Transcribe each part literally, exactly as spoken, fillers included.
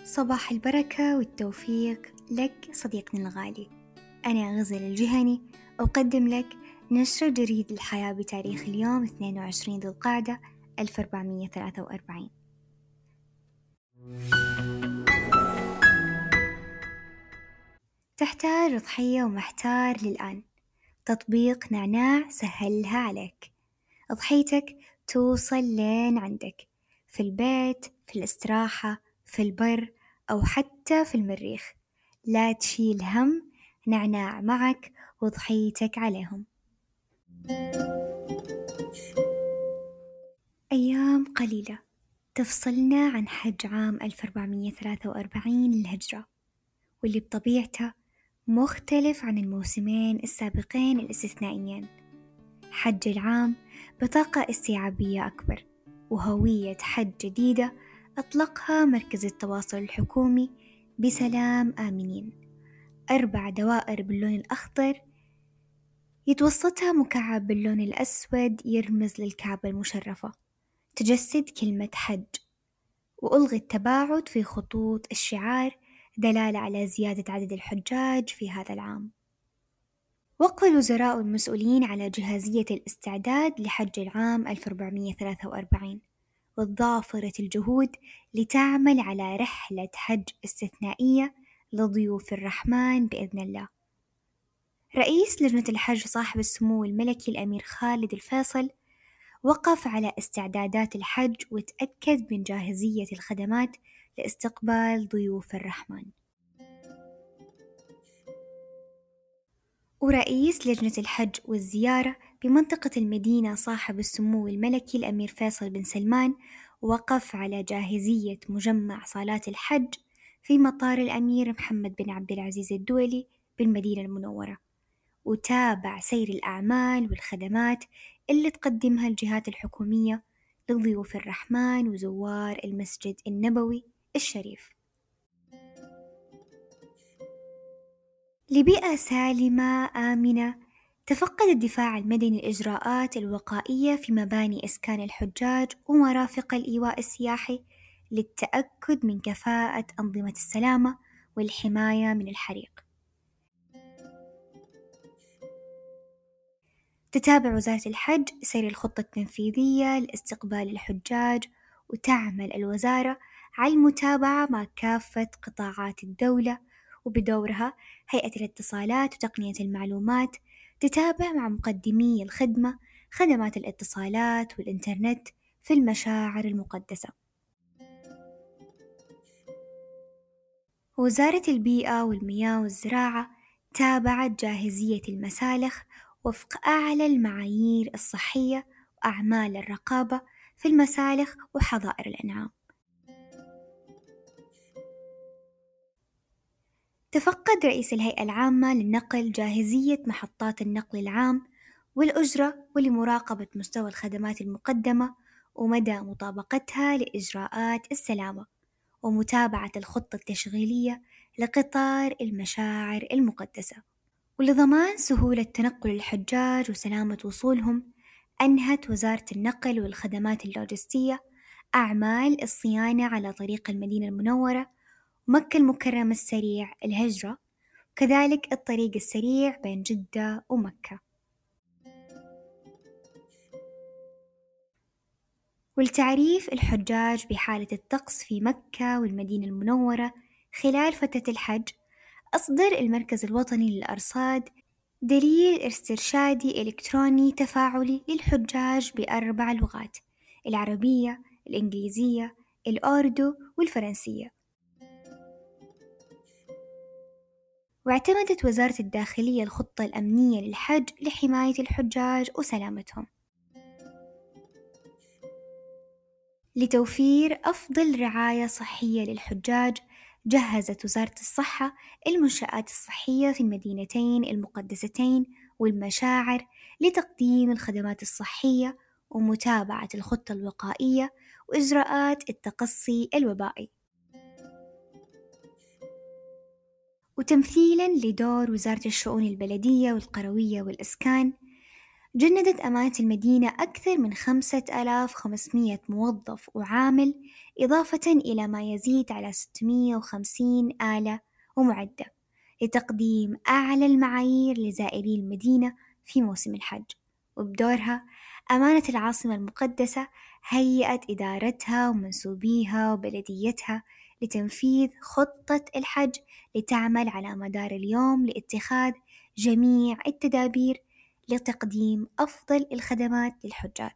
صباح البركة والتوفيق لك صديقنا الغالي. أنا غزل الجهني أقدم لك نشرة جريد الحياة بتاريخ اليوم اثنين وعشرين ذو القعدة ألف وأربعمائة وثلاثة وأربعين. تحتاج ضحية ومحتار للآن، تطبيق نعناع سهلها عليك. ضحيتك توصل لين عندك، في البيت، في الاستراحة، في البر، أو حتى في المريخ. لا تشيل هم، نعناع معك وضحيتك عليهم. أيام قليلة تفصلنا عن حج عام ألف وأربعمائة وثلاثة وأربعين للهجرة، واللي بطبيعته مختلف عن الموسمين السابقين الاستثنائيين. حج العام بطاقة استيعابية أكبر وهوية حج جديدة أطلقها مركز التواصل الحكومي بسلام آمنين. أربع دوائر باللون الأخضر يتوسطها مكعب باللون الأسود يرمز للكعبة المشرفة، تجسد كلمة حج، وألغي التباعد في خطوط الشعار دلالة على زيادة عدد الحجاج في هذا العام. وقف الوزراء والمسؤولين على جاهزية الاستعداد لحج العام ألف وأربعمائة وثلاثة وأربعين، وتضافرت الجهود لتعمل على رحلة حج استثنائية لضيوف الرحمن بإذن الله. رئيس لجنة الحج صاحب السمو الملكي الأمير خالد الفيصل وقف على استعدادات الحج وتأكد من جاهزية الخدمات لاستقبال ضيوف الرحمن. ورئيس لجنة الحج والزيارة بمنطقة المدينة صاحب السمو الملكي الأمير فيصل بن سلمان وقف على جاهزية مجمع صالات الحج في مطار الأمير محمد بن عبد العزيز الدولي بالمدينة المنورة، وتابع سير الأعمال والخدمات اللي تقدمها الجهات الحكومية لضيوف الرحمن وزوار المسجد النبوي الشريف. لبيئة سالمة آمنة، تفقد الدفاع المدني الإجراءات الوقائية في مباني إسكان الحجاج ومرافق الإيواء السياحي للتأكد من كفاءة أنظمة السلامة والحماية من الحريق. تتابع وزارة الحج سير الخطة التنفيذية لاستقبال الحجاج، وتعمل الوزارة على المتابعة مع كافة قطاعات الدولة، وبدورها هيئة الاتصالات وتقنية المعلومات تتابع مع مقدمي الخدمة خدمات الاتصالات والإنترنت في المشاعر المقدسة. وزارة البيئة والمياه والزراعة تابعت جاهزية المسالخ وفق أعلى المعايير الصحية وأعمال الرقابة في المسالخ وحظائر الأنعام. تفقد رئيس الهيئة العامة للنقل جاهزية محطات النقل العام والأجرة ولمراقبة مستوى الخدمات المقدمة ومدى مطابقتها لإجراءات السلامة، ومتابعة الخطة التشغيلية لقطار المشاعر المقدسة. ولضمان سهولة تنقل الحجاج وسلامة وصولهم، أنهت وزارة النقل والخدمات اللوجستية أعمال الصيانة على طريق المدينة المنورة ومكة المكرمة السريع الهجرة، كذلك الطريق السريع بين جدة ومكة. ولتعريف الحجاج بحالة الطقس في مكة والمدينة المنورة خلال فترة الحج، أصدر المركز الوطني للأرصاد دليل استرشادي إلكتروني تفاعلي للحجاج بأربع لغات: العربية، الإنجليزية، الأوردو والفرنسية. واعتمدت وزارة الداخلية الخطة الأمنية للحج لحماية الحجاج وسلامتهم. لتوفير أفضل رعاية صحية للحجاج، جهزت وزارة الصحة المنشآت الصحية في المدينتين المقدستين والمشاعر لتقديم الخدمات الصحية ومتابعة الخطة الوقائية وإجراءات التقصي الوبائي. وتمثيلاً لدور وزارة الشؤون البلدية والقروية والإسكان، جندت أمانة المدينة أكثر من خمسة آلاف وخمسمائة موظف وعامل، إضافة إلى ما يزيد على ستمائة وخمسين آلة ومعدة، لتقديم أعلى المعايير لزائري المدينة في موسم الحج. وبدورها أمانة العاصمة المقدسة هيئت إدارتها ومنسوبيها وبلديتها لتنفيذ خطة الحج، لتعمل على مدار اليوم لاتخاذ جميع التدابير لتقديم أفضل الخدمات للحجاج.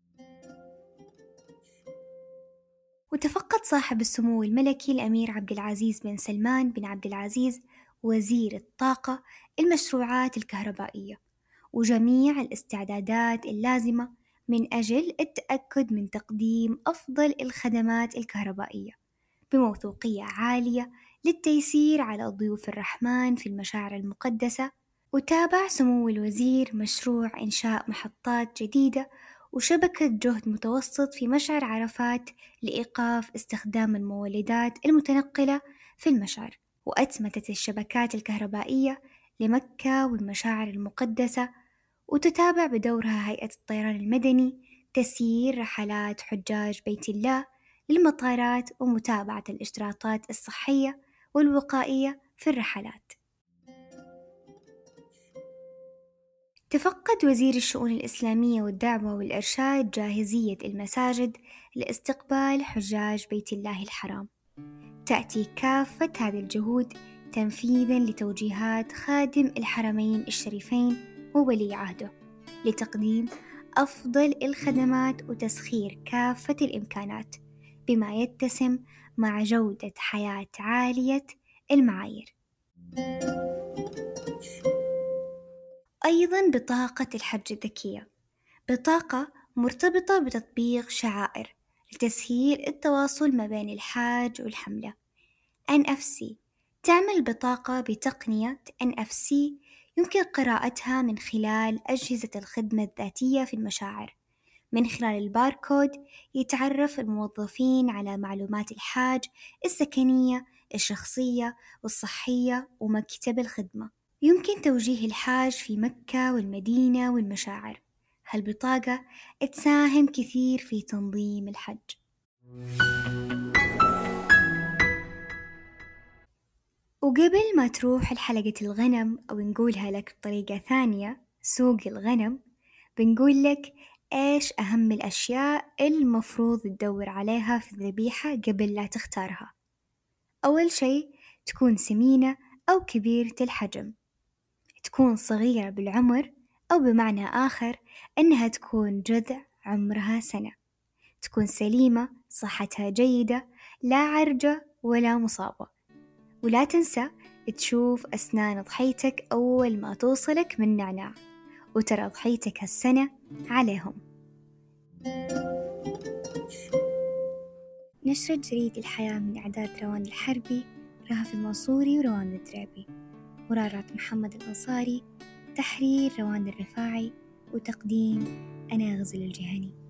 وتفقد صاحب السمو الملكي الأمير عبد العزيز بن سلمان بن عبد العزيز وزير الطاقة المشروعات الكهربائية وجميع الاستعدادات اللازمة من أجل التأكد من تقديم أفضل الخدمات الكهربائية بموثوقية عالية للتيسير على ضيوف الرحمن في المشاعر المقدسة. وتابع سمو الوزير مشروع إنشاء محطات جديدة وشبكة جهد متوسط في مشعر عرفات لإيقاف استخدام المولدات المتنقلة في المشعر، وأتمتت الشبكات الكهربائية لمكة والمشاعر المقدسة. وتتابع بدورها هيئة الطيران المدني تسيير رحلات حجاج بيت الله للمطارات ومتابعة الإشتراطات الصحية والوقائية في الرحلات. تفقد وزير الشؤون الإسلامية والدعوة والإرشاد جاهزية المساجد لاستقبال حجاج بيت الله الحرام. تأتي كافة هذه الجهود تنفيذاً لتوجيهات خادم الحرمين الشريفين وولي عهده لتقديم أفضل الخدمات وتسخير كافة الإمكانات بما يتسم مع جودة حياة عالية المعايير. أيضاً بطاقة الحج الذكية، بطاقة مرتبطة بتطبيق شعائر لتسهيل التواصل ما بين الحاج والحملة. إن إف سي تعمل بطاقة بتقنية إن إف سي يمكن قراءتها من خلال أجهزة الخدمة الذاتية في المشاعر. من خلال الباركود يتعرف الموظفين على معلومات الحاج السكنية الشخصية والصحية ومكتب الخدمة. يمكن توجيه الحاج في مكة والمدينة والمشاعر. هالبطاقة تساهم كثير في تنظيم الحج. وقبل ما تروح لحلقة الغنم أو نقولها لك بطريقة ثانية سوق الغنم، بنقول لك إيش أهم الأشياء المفروض تدور عليها في الذبيحة قبل لا تختارها. أول شيء تكون سمينة أو كبيرة الحجم، تكون صغيرة بالعمر أو بمعنى آخر أنها تكون جذع عمرها سنة، تكون سليمة صحتها جيدة لا عرجة ولا مصابة. ولا تنسى تشوف أسنان ضحيتك أول ما توصلك من نعناع، وترى ضحيتك هالسنة عليهم. نشرة جريدة الحياة من إعداد روان الحربي، رهف المنصوري وروان الدريبي، مرارات محمد الأنصاري، تحرير روان الرفاعي، وتقديم أنا غزل الجهني.